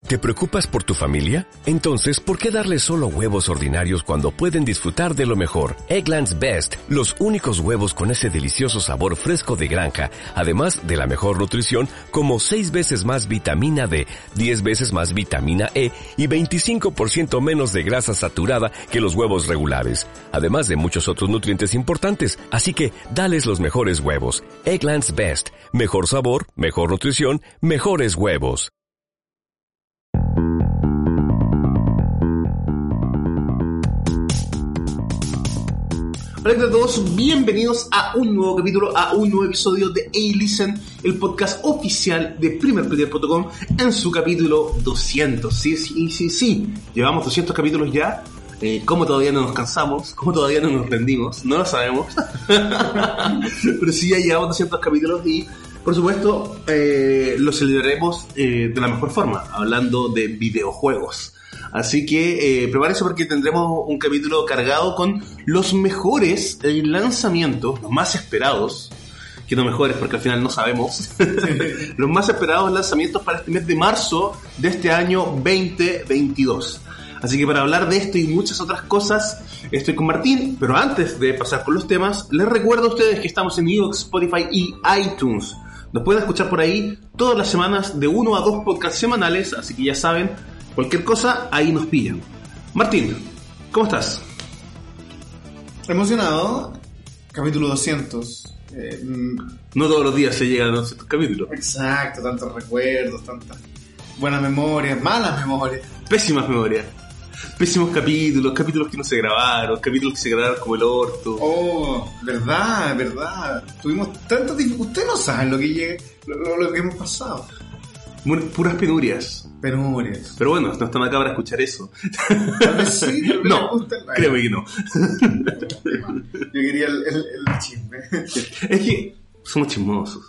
¿Te preocupas por tu familia? Entonces, ¿por qué darles solo huevos ordinarios cuando pueden disfrutar de lo mejor? Eggland's Best, los únicos huevos con ese delicioso sabor fresco de granja, además de la mejor nutrición, como 6 veces más vitamina D, 10 veces más vitamina E y 25% menos de grasa saturada que los huevos regulares, además de muchos otros nutrientes importantes. Así que, dales los mejores huevos. Eggland's Best, mejor sabor, mejor nutrición, mejores huevos. Hola a todos, bienvenidos a un nuevo capítulo, a un nuevo episodio de A-Listen, el podcast oficial de PrimerPlayer.com en su capítulo 200. Sí, llevamos 200 capítulos ya. ¿Cómo todavía no nos cansamos? ¿Cómo todavía no nos rendimos? No lo sabemos. Pero sí, ya llevamos 200 capítulos y, por supuesto, lo celebraremos de la mejor forma, hablando de videojuegos. Así que prepárense porque tendremos un capítulo cargado con los mejores lanzamientos, los más esperados, que no mejores porque al final no sabemos, los más esperados lanzamientos para este mes de marzo de este año 2022. Así que para hablar de esto y muchas otras cosas, estoy con Martín, pero antes de pasar con los temas, les recuerdo a ustedes que estamos en iVoox, Spotify y iTunes. Nos pueden escuchar por ahí todas las semanas de 1 a 2 podcasts semanales, así que ya saben, cualquier cosa, ahí nos pillan. Martín, ¿cómo estás? Emocionado. Capítulo 200. No todos los días se llegan a 200 capítulos. Exacto, tantos recuerdos, tantas buenas memorias, malas memorias. Pésimas memorias. Pésimos capítulos que no se grabaron, capítulos que se grabaron como el orto. Oh, verdad. Tuvimos tanto tiempo. Ustedes no saben lo que hemos pasado. Puras penurias. Pero bueno, no están acá para escuchar eso. Tal vez sí, tal vez no, créeme que no. Yo quería el chisme. Es que somos chismosos.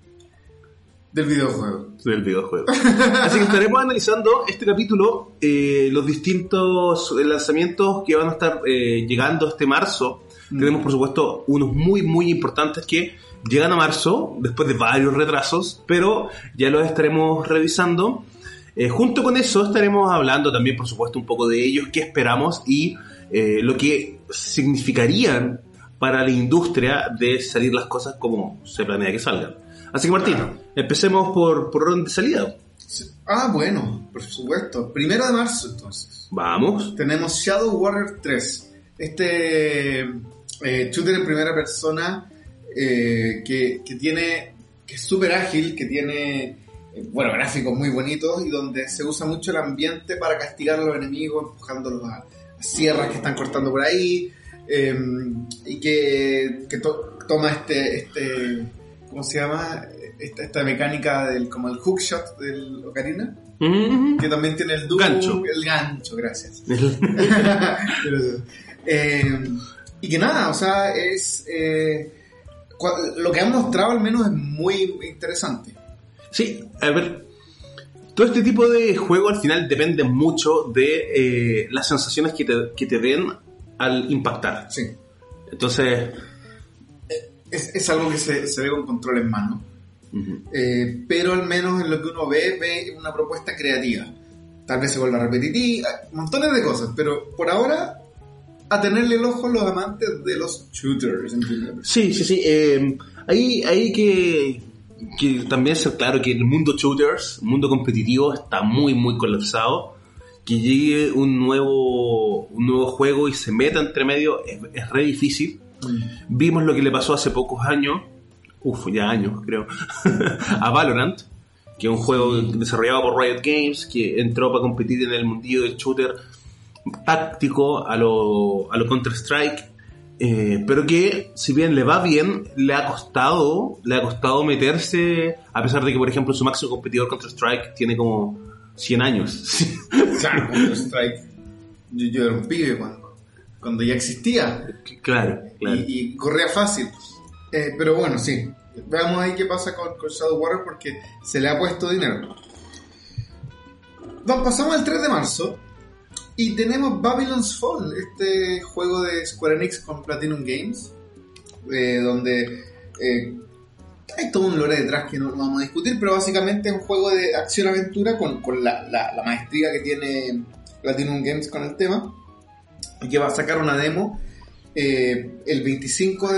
Del videojuego. Así que estaremos analizando este capítulo, los distintos lanzamientos que van a estar llegando este marzo. Tenemos, por supuesto, unos muy, muy importantes que llegan a marzo, después de varios retrasos, pero ya los estaremos revisando. Junto con eso estaremos hablando también, por supuesto, un poco de ellos, qué esperamos y lo que significarían para la industria de salir las cosas como se planea que salgan. Así que Martín, empecemos por orden de salida. Bueno, por supuesto. 1 de marzo entonces. Vamos. Tenemos Shadow Warrior 3. Este shooter en primera persona que es súper ágil, que tiene gráficos muy bonitos y donde se usa mucho el ambiente para castigar a los enemigos, empujándolos a sierras que están cortando por ahí, y que toma ¿cómo se llama? Esta mecánica como el hookshot del Ocarina, que también tiene el gancho. El gancho, gracias. Y que nada, o sea, es lo que han mostrado al menos es muy interesante. Sí, a ver, todo este tipo de juego al final depende mucho de las sensaciones que te den al impactar. Sí. Entonces es algo que se ve con control en mano. Uh-huh. Pero al menos en lo que uno ve una propuesta creativa. Tal vez se vuelva repetitiva, montones de cosas, pero por ahora a tenerle el ojo a los amantes de los shooters. Sí. Ahí que también ser claro que el mundo shooters, mundo competitivo, está muy muy colapsado. Que llegue un nuevo juego y se meta entre medio es re difícil. Vimos lo que le pasó hace pocos años, años creo, a Valorant, que es un juego desarrollado por Riot Games, que entró para competir en el mundillo del shooter táctico a lo Counter-Strike, pero que si bien le va bien, le ha costado meterse, a pesar de que, por ejemplo, su máximo competidor Counter-Strike tiene como 100 años. Claro, Counter-Strike, yo era un pibe cuando ya existía. Claro. Y corría fácil. Pero bueno, sí. Veamos ahí qué pasa con Shadow Warrior porque se le ha puesto dinero. Pasamos al 3 de marzo y tenemos Babylon's Fall, este juego de Square Enix con Platinum Games, donde hay todo un lore detrás que no lo vamos a discutir, pero básicamente es un juego de acción-aventura con la maestría que tiene Platinum Games con el tema, y que va a sacar una demo el 25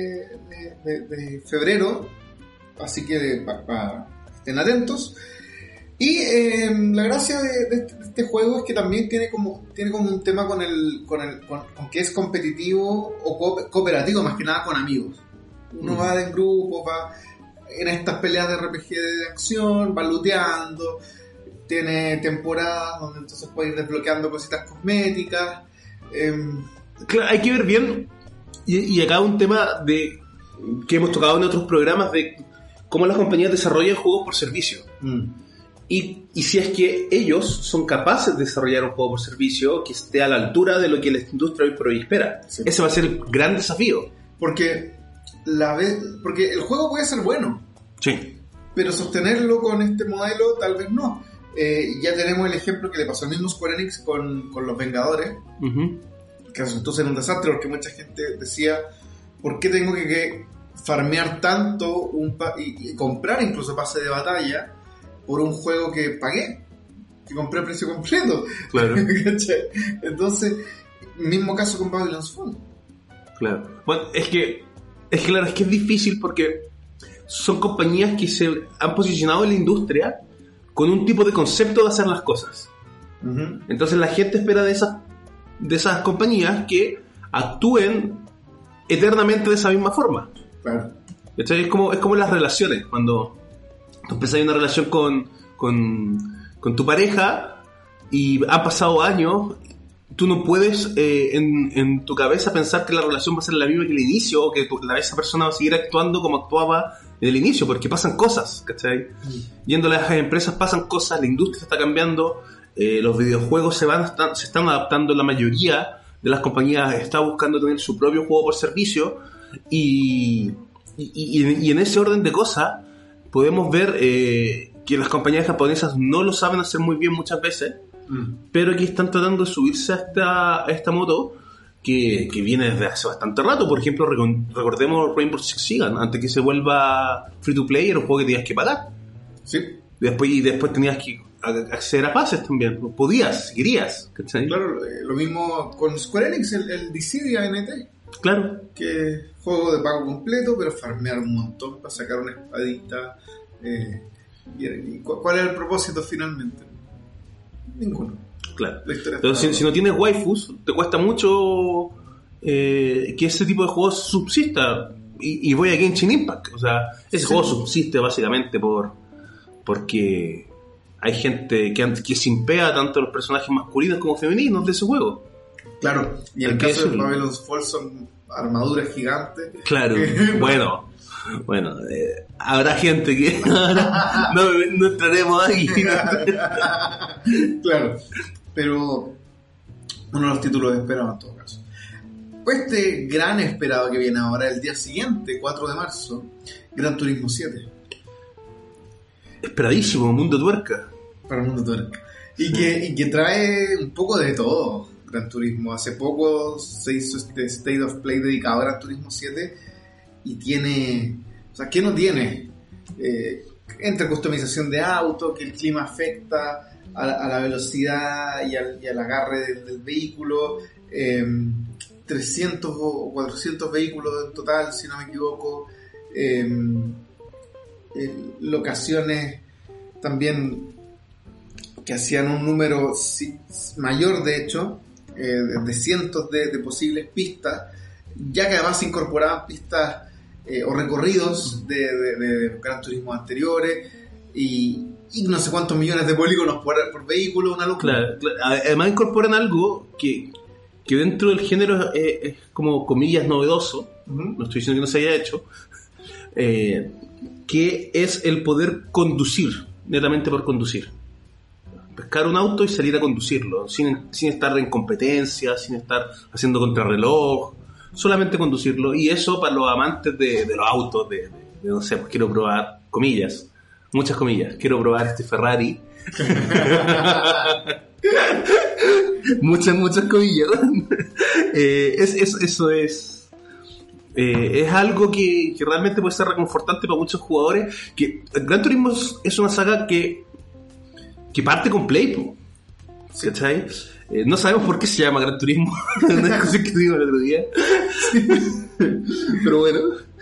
de febrero, así que estén atentos. Y la gracia de este juego es que también tiene como un tema con que es competitivo o cooperativo, más que nada con amigos. Uno va en grupo, va en estas peleas de RPG de acción, va looteando, tiene temporadas donde entonces puede ir desbloqueando cositas cosméticas. Claro, hay que ver bien, y acá un tema que hemos tocado en otros programas de cómo las compañías desarrollan juegos por servicio. Y si es que ellos son capaces de desarrollar un juego por servicio que esté a la altura de lo que la industria hoy por hoy espera. Sí. Ese va a ser el gran desafío. Porque el juego puede ser bueno. Sí. Pero sostenerlo con este modelo tal vez no. Ya tenemos el ejemplo que le pasó al mismo Square Enix con Los Vengadores. Que resultó ser un desastre porque mucha gente decía, ¿por qué tengo que farmear tanto y comprar incluso pase de batalla por un juego que pagué, que compré a precio completo? Claro. Entonces, mismo caso con Babylon's Fall. Claro. Bueno, es que es difícil porque son compañías que se han posicionado en la industria con un tipo de concepto de hacer las cosas. Entonces la gente espera de esas compañías que actúen eternamente de esa misma forma. Claro. Es como las relaciones. Cuando tú empiezas una relación con tu pareja y han pasado años, tú no puedes en tu cabeza pensar que la relación va a ser la misma que el inicio, o que esa persona va a seguir actuando como actuaba en el inicio, porque pasan cosas, ¿cachai? Yendo a las empresas pasan cosas, la industria está cambiando, los videojuegos se están adaptando, la mayoría de las compañías está buscando tener su propio juego por servicio, y en ese orden de cosas podemos ver que las compañías japonesas no lo saben hacer muy bien muchas veces, pero que están tratando de subirse a esta moto que viene desde hace bastante rato. Por ejemplo, recordemos Rainbow Six Siege, antes que se vuelva free to play, era un juego que tenías que pagar. Sí. Después tenías que acceder a pases también. Podías, si querías. ¿Cachai? Claro, lo mismo con Square Enix, el Dissidia NT. Claro. Que es juego de pago completo, pero farmear un montón para sacar una espadita. ¿Y cuál es el propósito finalmente? Ninguno. Claro. Entonces, si no tienes waifus, te cuesta mucho que ese tipo de juegos subsista. Y voy a Genshin Impact. O sea, ese juego subsiste básicamente porque hay gente que simpea tanto los personajes masculinos como femeninos de ese juego. Claro, y en el caso de Babylon's Fall son armaduras gigantes. Claro, bueno, habrá gente que no entraremos ahí. Claro, pero uno de los títulos esperados en todo caso. Este gran esperado que viene ahora, el día siguiente, 4 de marzo, Gran Turismo 7. Esperadísimo, Mundo Tuerca. Para Mundo Tuerca. Y que trae un poco de todo Gran Turismo. Hace poco se hizo este State of Play dedicado a Gran Turismo 7 y tiene... O sea, ¿qué no tiene? Entre customización de auto, que el clima afecta a la velocidad y al agarre del vehículo, 300 o 400 vehículos en total, si no me equivoco, locaciones también que hacían un número mayor, de hecho, de cientos de posibles pistas, ya que además se incorporaban pistas o recorridos de Gran Turismo anteriores y no sé cuántos millones de polígonos por vehículo, una locura. Claro. Además incorporan algo que dentro del género es como comillas novedoso, no estoy diciendo que no se haya hecho, que es el poder conducir, netamente por conducir. Pescar un auto y salir a conducirlo, sin estar en competencia, sin estar haciendo contrarreloj, solamente conducirlo. Y eso para los amantes de los autos, de no sé, pues quiero probar, comillas, muchas comillas, quiero probar este Ferrari. muchas comillas. Eso es Es algo que realmente puede ser reconfortante para muchos jugadores. Que Gran Turismo es una saga que parte con Play, po, ¿cachai? No sabemos por qué se llama Gran Turismo. Una cosa que digo el otro día. Pero bueno.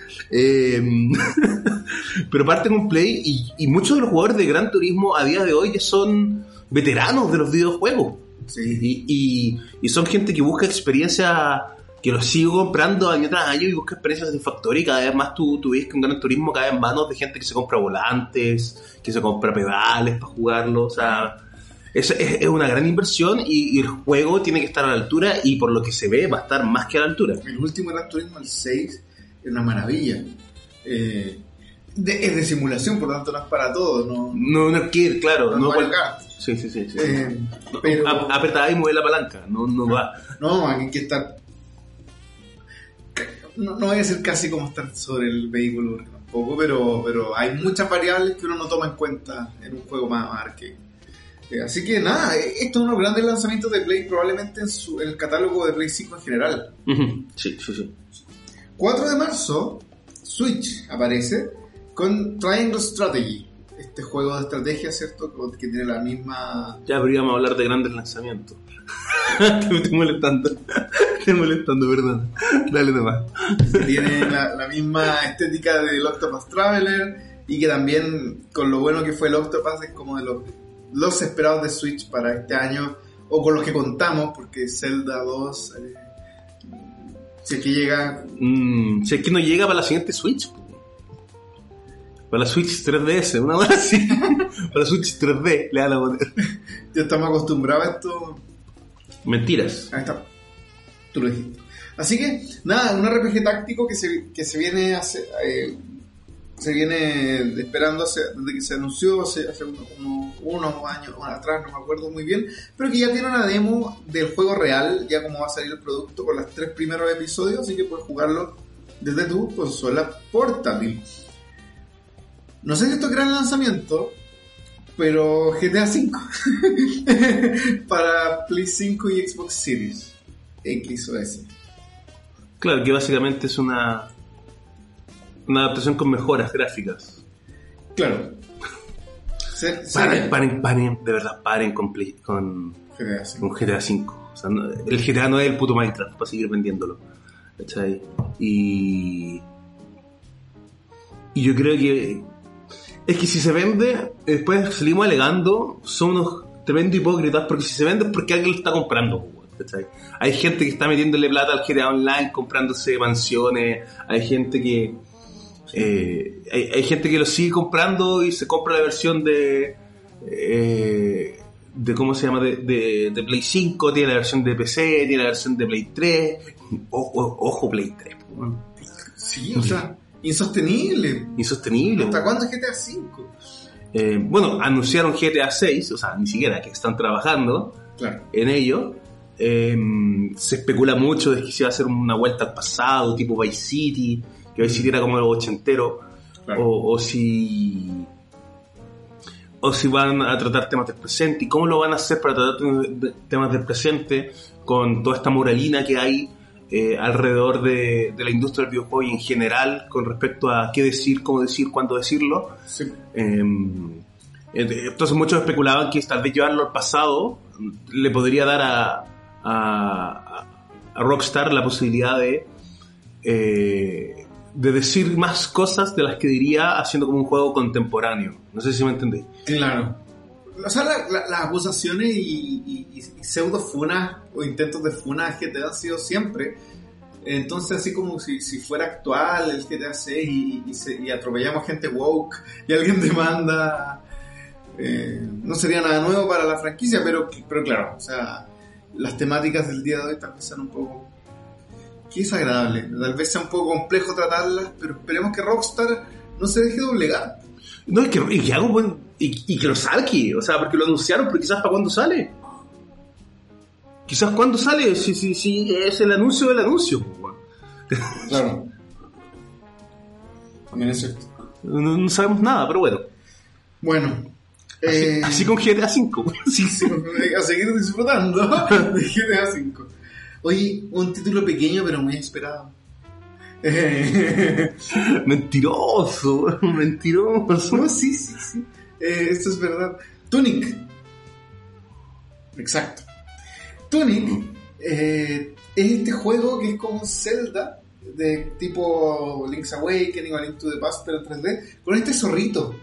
Pero parte con Play y muchos de los jugadores de Gran Turismo a día de hoy ya son veteranos de los videojuegos. Sí. Y son gente que busca experiencia, que los sigue comprando año tras año y busca experiencia satisfactoria, y cada vez más tú ves que un Gran Turismo cae en manos de gente que se compra volantes, que se compra pedales para jugarlo. O sea, es una gran inversión y el juego tiene que estar a la altura, y por lo que se ve va a estar más que a la altura. El último Gran Turismo, el 6, es una maravilla. Es de simulación, por lo tanto no es para todos. No es que, claro, no Mario Kart. Sí. Pero apretaba y mueve la palanca, no va. No, aquí hay que estar. No voy a decir casi como estar sobre el vehículo, porque tampoco, pero hay muchas variables que uno no toma en cuenta en un juego más arcade. Así que nada, esto es uno de los grandes lanzamientos de Play, probablemente en el catálogo de Play 5 en general. Sí. 4 de marzo, Switch aparece con Triangle Strategy, este juego de estrategia, ¿cierto? Que tiene la misma... Ya habríamos a hablar de grandes lanzamientos. Te estoy molestando, perdón. Dale nomás. Que tiene la misma estética del Octopath Traveler, y que también, con lo bueno que fue el Octopath, es como de los esperados de Switch para este año, o con los que contamos, porque Zelda 2... si es que llega... si es que no llega para la siguiente Switch. Para la Switch 3DS, una hora así. Para la Switch 3D, le van a poner. Ya estamos acostumbrados a esto. Mentiras. Ahí está. Tú lo dijiste. Así que, nada, un RPG táctico que se viene esperando desde que se anunció hace unos años atrás, no me acuerdo muy bien, pero que ya tiene una demo del juego real, ya como va a salir el producto con los 3 primeros episodios, así que puedes jugarlo desde tu consola portátil. No sé si esto es gran lanzamiento, pero GTA V para Play 5 y Xbox Series X o S. Claro, que básicamente es una adaptación con mejoras gráficas. Claro. Paren, de verdad, paren con GTA V. O sea, el GTA no es el puto Minecraft para seguir vendiéndolo. ¿Cachai? Y yo creo que es que si se vende, después salimos alegando, son unos tremendos hipócritas, porque si se vende es porque alguien lo está comprando. ¿Cachai? Hay gente que está metiéndole plata al GTA Online, comprándose mansiones, hay gente que hay gente que lo sigue comprando y se compra la versión de ¿cómo se llama? De Play 5, tiene la versión de PC, tiene la versión de Play 3. Ojo Play 3. Sí, o sea, insostenible. ¿Hasta cuándo es GTA 5? Bueno, anunciaron GTA 6, o sea, ni siquiera, que están trabajando en ello. Se especula mucho de que se va a hacer una vuelta al pasado, tipo Vice City, que Vice City era como algo ochentero, o si van a tratar temas del presente, y cómo lo van a hacer para tratar temas del presente con toda esta moralina que hay alrededor de la industria del videojuego y en general con respecto a qué decir, cómo decir, cuándo decirlo. Sí. Entonces muchos especulaban que tal vez llevarlo al pasado le podría dar a Rockstar la posibilidad de decir más cosas de las que diría haciendo como un juego contemporáneo. No sé si me entendéis. Claro. O sea, las acusaciones y pseudo funas o intentos de funas que te han sido siempre. Entonces, así como si fuera actual el GTA 6 y atropellamos gente woke y alguien demanda, no sería nada nuevo para la franquicia, pero claro, o sea, las temáticas del día de hoy tal vez sean un poco... Qué desagradable, tal vez sea un poco complejo tratarlas, pero esperemos que Rockstar no se deje doblegar. No, que lo saque, o sea, porque lo anunciaron, pero quizás para cuándo sale. Quizás cuándo sale, si es el anuncio del anuncio. Claro. También es cierto. No sabemos nada, pero bueno. Bueno. Así con GTA V. Sí, a seguir disfrutando de GTA V. Oye, un título pequeño pero muy esperado. Mentiroso. No, sí. Esto es verdad. Tunic. Exacto. Tunic es este juego que es como un Zelda de tipo Link's Awakening o Link to the Past, pero en 3D, con este zorrito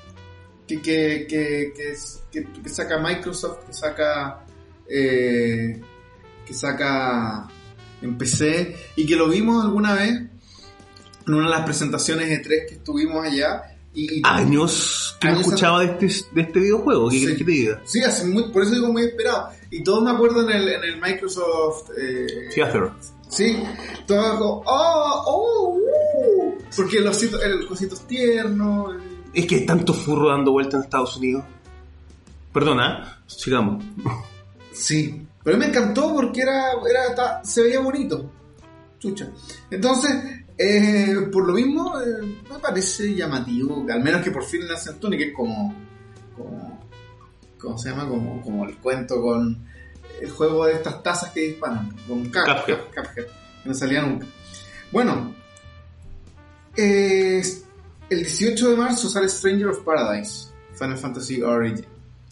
que saca Microsoft, que saca en PC, y que lo vimos alguna vez en una de las presentaciones E3 que estuvimos allá. Y años que no escuchaba de este videojuego. ¿Qué quieres que te diga? Sí, por eso digo muy esperado. Y todos me acuerdo en el Microsoft Theater. Sí, todos como porque los cositos tiernos. Es que hay tanto furro dando vuelta en Estados Unidos. Perdona, sigamos. Sí, pero a mí me encantó porque se veía bonito. Chucha. Entonces, por lo mismo, me parece llamativo, al menos que por fin lancen Tunic, que es como ¿cómo se llama? Como el cuento con el juego de estas tazas que disparan, con Cuphead, que no salía nunca. Bueno, el 18 de marzo sale Stranger of Paradise, Final Fantasy Origin.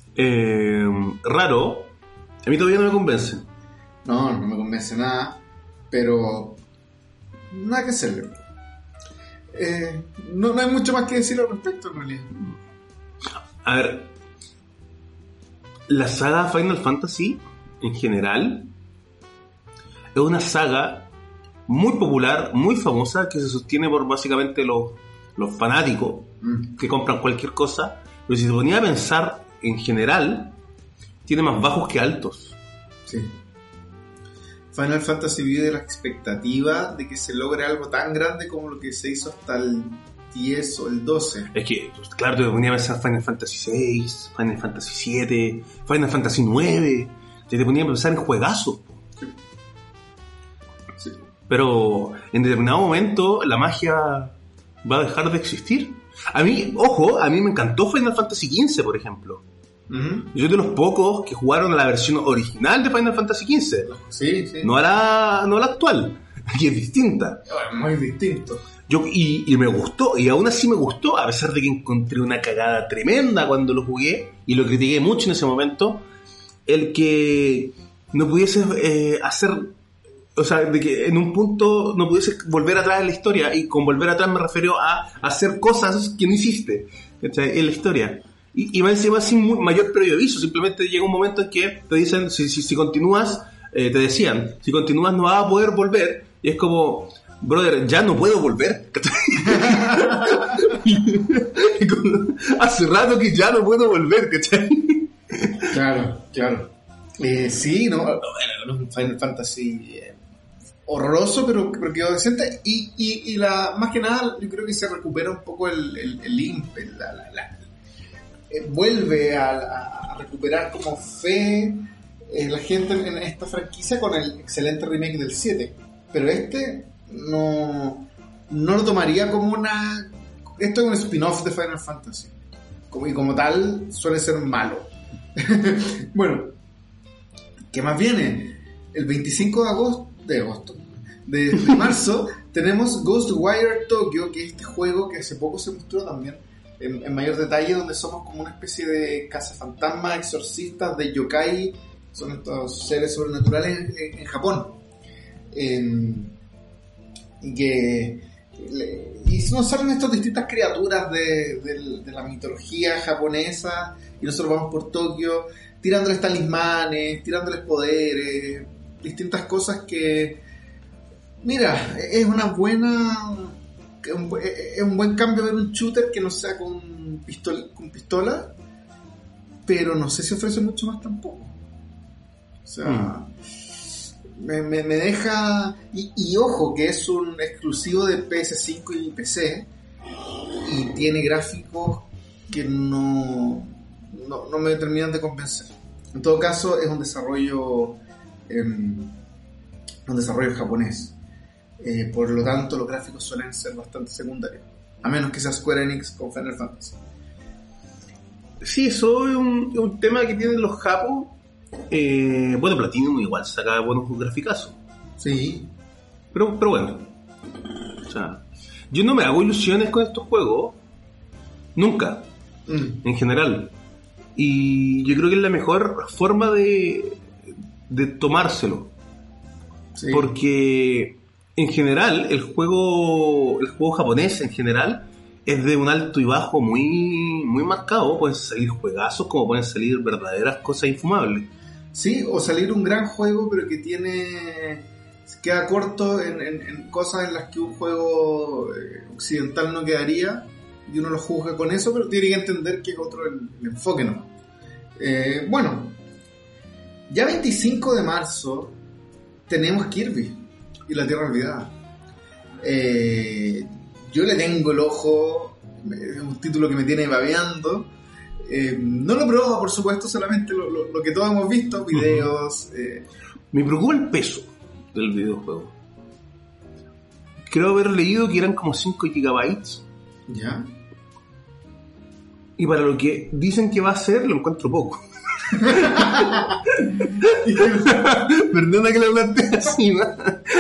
Raro, a mí todavía no me convence. No me convence nada, pero nada que hacerle. No hay mucho más que decir al respecto en realidad. A ver, la saga Final Fantasy en general es una saga muy popular, muy famosa, que se sostiene por básicamente los fanáticos que compran cualquier cosa, pero si se ponía a pensar en general, tiene más bajos que altos. Sí. Final Fantasy vive la expectativa de que se logre algo tan grande como lo que se hizo hasta el 10 o el 12. Es que, pues, claro, te ponía a pensar Final Fantasy 6, Final Fantasy 7, Final Fantasy 9, te ponía a pensar en juegazos. Sí. Pero en determinado momento la magia va a dejar de existir. A mí me encantó Final Fantasy XV, por ejemplo. Uh-huh. Yo soy de los pocos que jugaron a la versión original de Final Fantasy XV. Sí. No a la actual, que es distinta. Es muy distinto. Y me gustó, y aún así me gustó, a pesar de que encontré una cagada tremenda cuando lo jugué, y lo critiqué mucho en ese momento, el que no pudiese hacer, o sea, de que en un punto no pudiese volver atrás en la historia, y con volver atrás me refiero a hacer cosas que no hiciste, ¿cachai? En la historia. Y va encima sin mayor previo aviso, simplemente llega un momento en que te dicen, si continúas, te decían, si continúas no vas a poder volver, y es como, brother, ya no puedo volver. Hace rato que ya no puedo volver, ¿cachai? Claro. Sí, no, bueno, Final Fantasy horroroso, pero quedó decente, y más que nada yo creo que se recupera un poco el IMP, vuelve a recuperar como fe la gente en esta franquicia con el excelente remake del 7, pero no lo tomaría como esto es un spin-off de Final Fantasy, y como tal suele ser malo. Bueno, ¿qué más viene? El 25 de marzo tenemos Ghostwire Tokyo, que es este juego que hace poco se mostró también en mayor detalle, donde somos como una especie de cazafantasmas, exorcistas de yokai, son estos seres sobrenaturales en Japón, y nos salen estas distintas criaturas de la mitología japonesa, y nosotros vamos por Tokio tirándoles talismanes, tirándoles poderes, distintas cosas que, mira, es un buen cambio ver un shooter que no sea con pistola, pero no sé si ofrece mucho más tampoco. O sea, me deja, y ojo que es un exclusivo de PS5 y PC, y tiene gráficos que no me terminan de convencer. En todo caso, es un desarrollo japonés. Por lo tanto, los gráficos suelen ser bastante secundarios, a menos que sea Square Enix con Final Fantasy. Sí, eso es un tema que tienen los japos. Bueno, Platinum igual saca buenos graficazos. Sí. Pero bueno. O sea, yo no me hago ilusiones con estos juegos. Nunca. En general. Y yo creo que es la mejor forma de tomárselo. Sí. Porque en general el juego japonés en general es de un alto y bajo muy, muy marcado. Pueden salir juegazos como pueden salir verdaderas cosas infumables. Sí, o salir un gran juego pero que queda corto en cosas en las que un juego occidental no quedaría, y uno lo juzga con eso, pero tiene que entender que es otro el enfoque, ¿no? Bueno, ya 25 de marzo tenemos Kirby y la Tierra Olvidada. Yo le tengo el ojo, es un título que me tiene babeando. No lo probo, por supuesto, solamente lo que todos hemos visto, videos. Me preocupa el peso del videojuego. Creo haber leído que eran como 5 gigabytes. ¿Ya? Y para lo que dicen que va a ser, lo encuentro poco. Perdona que lo plantee así, ¿no?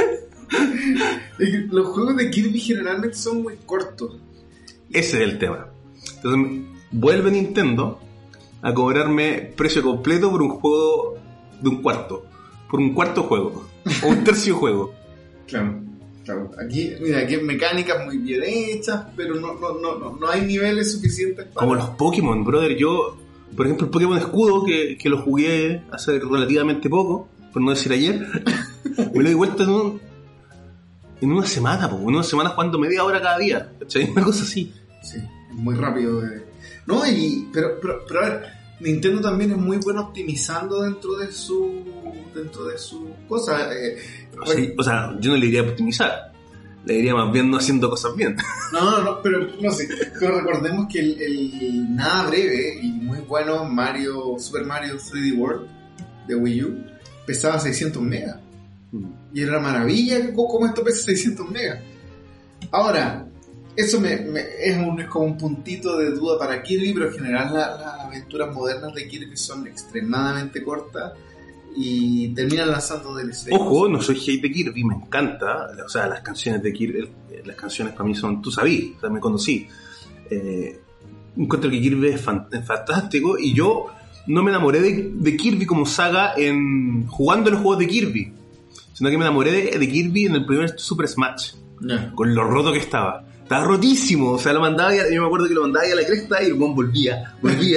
Los juegos de Kirby generalmente son muy cortos. Ese es el tema. Entonces vuelve Nintendo a cobrarme precio completo por un juego de un cuarto. Por un cuarto juego. O un tercio juego. Claro. Aquí hay mecánicas muy bien hechas, pero no hay niveles suficientes para... Como los Pokémon, brother. Yo, por ejemplo, el Pokémon Escudo, que lo jugué hace relativamente poco, por no decir ayer, me lo di vuelta en una semana, en una semana jugando media hora cada día, ¿cachai? Una cosa así. Sí, es muy rápido. No, pero a ver, Nintendo también es muy bueno optimizando dentro de su cosa. O sea, yo no le diría optimizar, le diría más bien no haciendo cosas bien. No, pero no sé. Pero recordemos que el nada breve y muy bueno Super Mario 3D World de Wii U pesaba 600 megas. Y era una maravilla cómo esto pesa 600 megas. Ahora, eso es como un puntito de duda para Kirby, pero en general las aventuras modernas de Kirby son extremadamente cortas y terminan lanzando DLC. Ojo, no soy hate de Kirby, me encanta. O sea, las canciones de Kirby, las canciones para mí son, tú sabías, o sea, me conocí. Encuentro que Kirby es fantástico, y yo no me enamoré de Kirby como saga jugando los juegos de Kirby, sino que me enamoré de Kirby en el primer Super Smash. Yeah. Con lo roto que estaba rotísimo, o sea, yo me acuerdo que lo mandaba a la cresta y el buen volvía.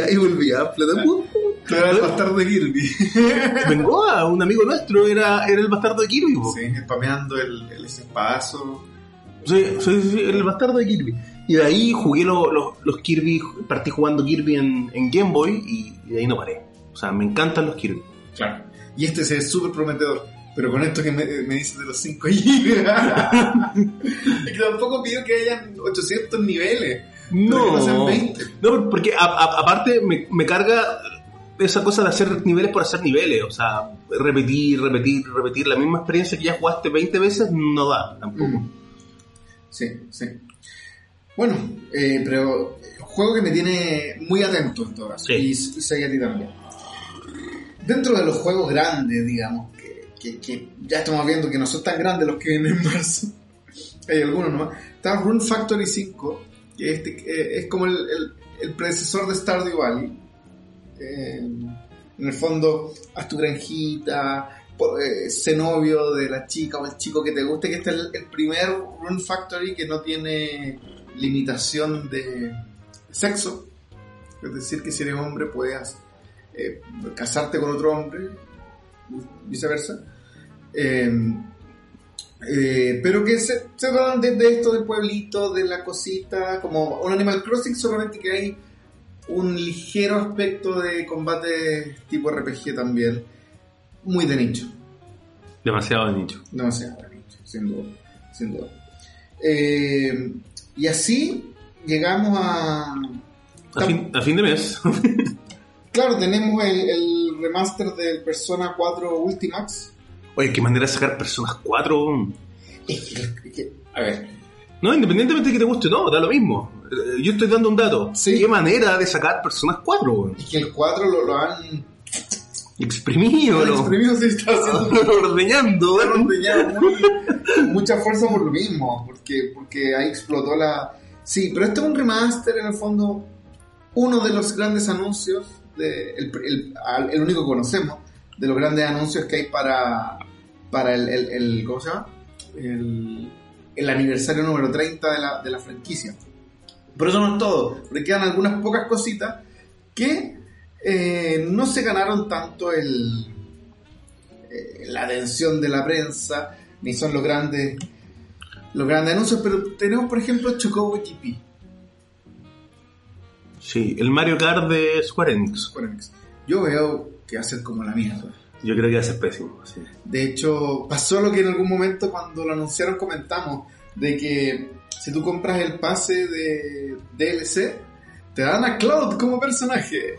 Era el bastardo de Kirby. Bengoa, un amigo nuestro, era el bastardo de Kirby. Sí, spameando el espazo. Sí, el bastardo de Kirby. Y de ahí jugué los Kirby, partí jugando Kirby en Game Boy y de ahí no paré. O sea, me encantan los Kirby. Claro. Y este se ve súper prometedor. Pero con esto que me dices de los 5 gigas, es que tampoco pido que hayan 800 niveles. No, sean 20. No, porque aparte me carga esa cosa de hacer niveles por hacer niveles. O sea, repetir la misma experiencia que ya jugaste 20 veces no da tampoco. Sí. Bueno, pero juego que me tiene muy atento en todo caso. Sí. Y sé que a ti también. Dentro de los juegos grandes, digamos, que ya estamos viendo que no son tan grandes los que vienen en marzo, hay algunos nomás. Está Rune Factory 5, que es como el predecesor de Stardew Valley. En el fondo, haz tu granjita, sé novio de la chica o el chico que te guste, que este es el primer Rune Factory que no tiene limitación de sexo. Es decir, que si eres hombre puedes casarte con otro hombre, viceversa. Pero que se tratan de esto del pueblito, de la cosita, como un Animal Crossing, solamente que hay un ligero aspecto de combate tipo RPG también, muy de nicho. Demasiado de nicho, sin duda. Y así llegamos a fin de mes. Claro, tenemos el remaster del Persona 4 Ultimax. Oye, qué manera de sacar Personas 4. A ver. No, independientemente de que te guste o no, da lo mismo. Yo estoy dando un dato. Sí. Qué manera de sacar Personas 4. Es que el 4 lo han Exprimido, ¿no? Exprimido se está haciendo ordeñando, con mucha fuerza por lo mismo, porque ahí explotó la... Sí, pero este es un remaster, en el fondo, uno de los grandes anuncios, el único que conocemos, de los grandes anuncios que hay para el ¿cómo se llama? El aniversario número 30 de la franquicia. Pero eso no es todo, porque quedan algunas pocas cositas que no se ganaron tanto la atención de la prensa, ni son los grandes anuncios, pero tenemos, por ejemplo, Chocobo GP. Sí, el Mario Kart de Square Enix. Yo veo que va a ser como la mierda. Yo creo que va a ser pésimo, sí. De hecho, pasó lo que en algún momento cuando lo anunciaron comentamos, de que si tú compras el pase de DLC, te dan a Cloud como personaje.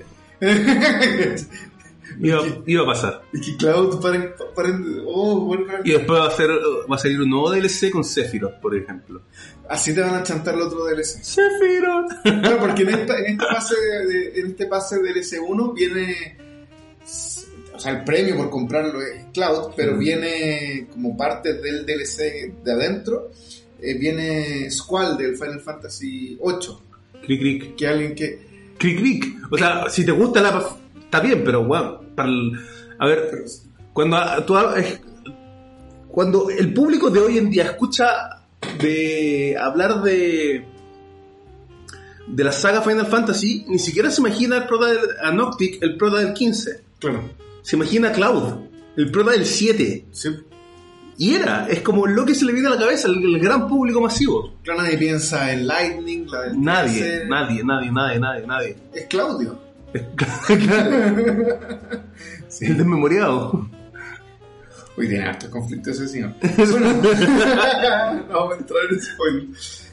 Iba a pasar. Y que Cloud y después va a salir un nuevo DLC con Sephiroth, por ejemplo. Así te van a chantar el otro DLC. Sephiroth. Claro, porque en este pase DLC 1 viene, o sea, el premio por comprarlo es Cloud, pero viene como parte del DLC de adentro, viene Squall del Final Fantasy 8. Cric cric. Que alguien que... Cric cric. O sea, si te gusta está bien, pero bueno, a ver, cuando el público de hoy en día escucha de hablar de la saga Final Fantasy, ni siquiera se imagina a Noctic, el prota del 15. Claro. Se imagina a Cloud, el prota del 7. Sí. Y es como lo que se le viene a la cabeza el gran público masivo. Claro, nadie piensa en Lightning, la del nadie. Es Claudio. Sí. El desmemoriado. Uy, tiene hartos conflictos ese señor. Bueno, no vamos a entrar en spoiler.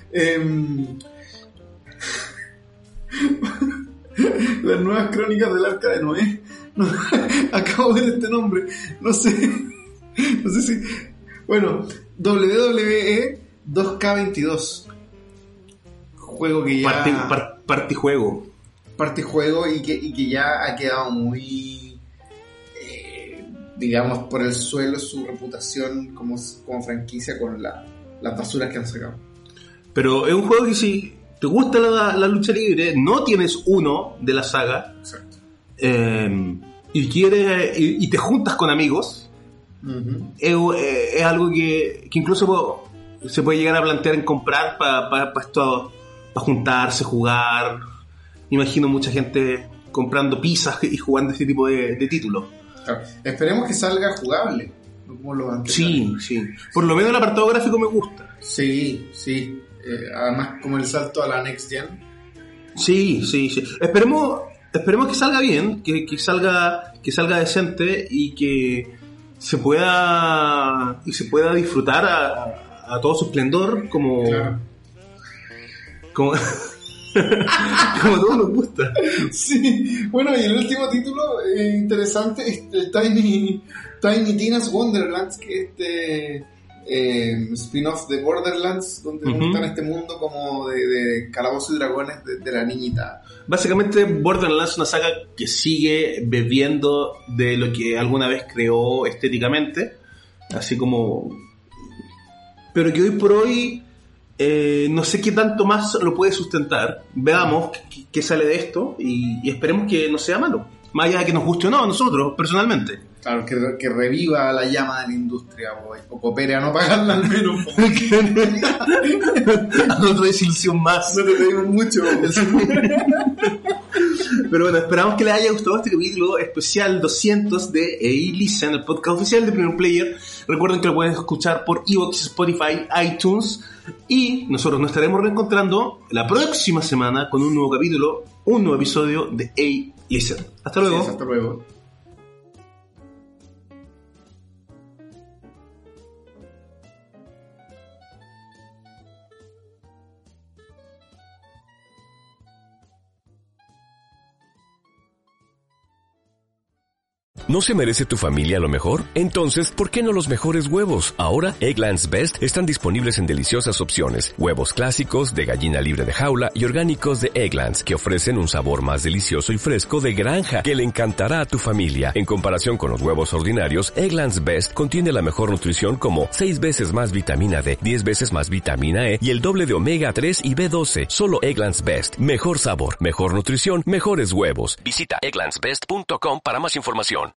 Las nuevas crónicas del Arca de Noé. No, acabo de ver este nombre. No sé si... Bueno, WWE 2K22. Juego que ya... Partijuego y que ya ha quedado muy... digamos, por el suelo su reputación como franquicia con las basuras que han sacado. Pero es un juego que si te gusta la lucha libre, no tienes uno de la saga. Exacto. Y te juntas con amigos, es algo que incluso se puede llegar a plantear en comprar para juntarse, jugar. Imagino mucha gente comprando pizzas y jugando este tipo de títulos. Claro. Esperemos que salga jugable, no como lo anteriores. Sí. Por lo menos el apartado gráfico me gusta. Sí. Además, como el salto a la Next Gen. Sí. Esperemos que salga bien, que salga decente y que se pueda disfrutar a todo su esplendor como Claro. como todos nos gusta. Sí, bueno, y el último título interesante es el Tiny Tina's Wonderlands, que es spin-off de Borderlands, donde está en este mundo como de calabozos y dragones de la niñita. Básicamente Borderlands es una saga que sigue bebiendo de lo que alguna vez creó estéticamente, así como... pero que hoy por hoy no sé qué tanto más lo puede sustentar. Veamos qué sale de esto y esperemos que no sea malo, más allá de que nos guste o no a nosotros personalmente. Claro, que reviva la llama de la industria o coopere a no pagarla al menos. Otra desilusión más. No te pedimos mucho. Pero bueno, esperamos que les haya gustado este capítulo especial 200 de A-Listen, el podcast oficial de Premium Player. Recuerden que lo pueden escuchar por iVoox, Spotify, iTunes. Y nosotros nos estaremos reencontrando la próxima semana con un nuevo capítulo, un nuevo episodio de A-Listen. Hasta luego. Sí, hasta luego. ¿No se merece tu familia lo mejor? Entonces, ¿por qué no los mejores huevos? Ahora, Eggland's Best están disponibles en deliciosas opciones. Huevos clásicos, de gallina libre de jaula y orgánicos de Eggland's, que ofrecen un sabor más delicioso y fresco de granja, que le encantará a tu familia. En comparación con los huevos ordinarios, Eggland's Best contiene la mejor nutrición como 6 veces más vitamina D, 10 veces más vitamina E y el doble de omega 3 y B12. Solo Eggland's Best. Mejor sabor, mejor nutrición, mejores huevos. Visita egglandsbest.com para más información.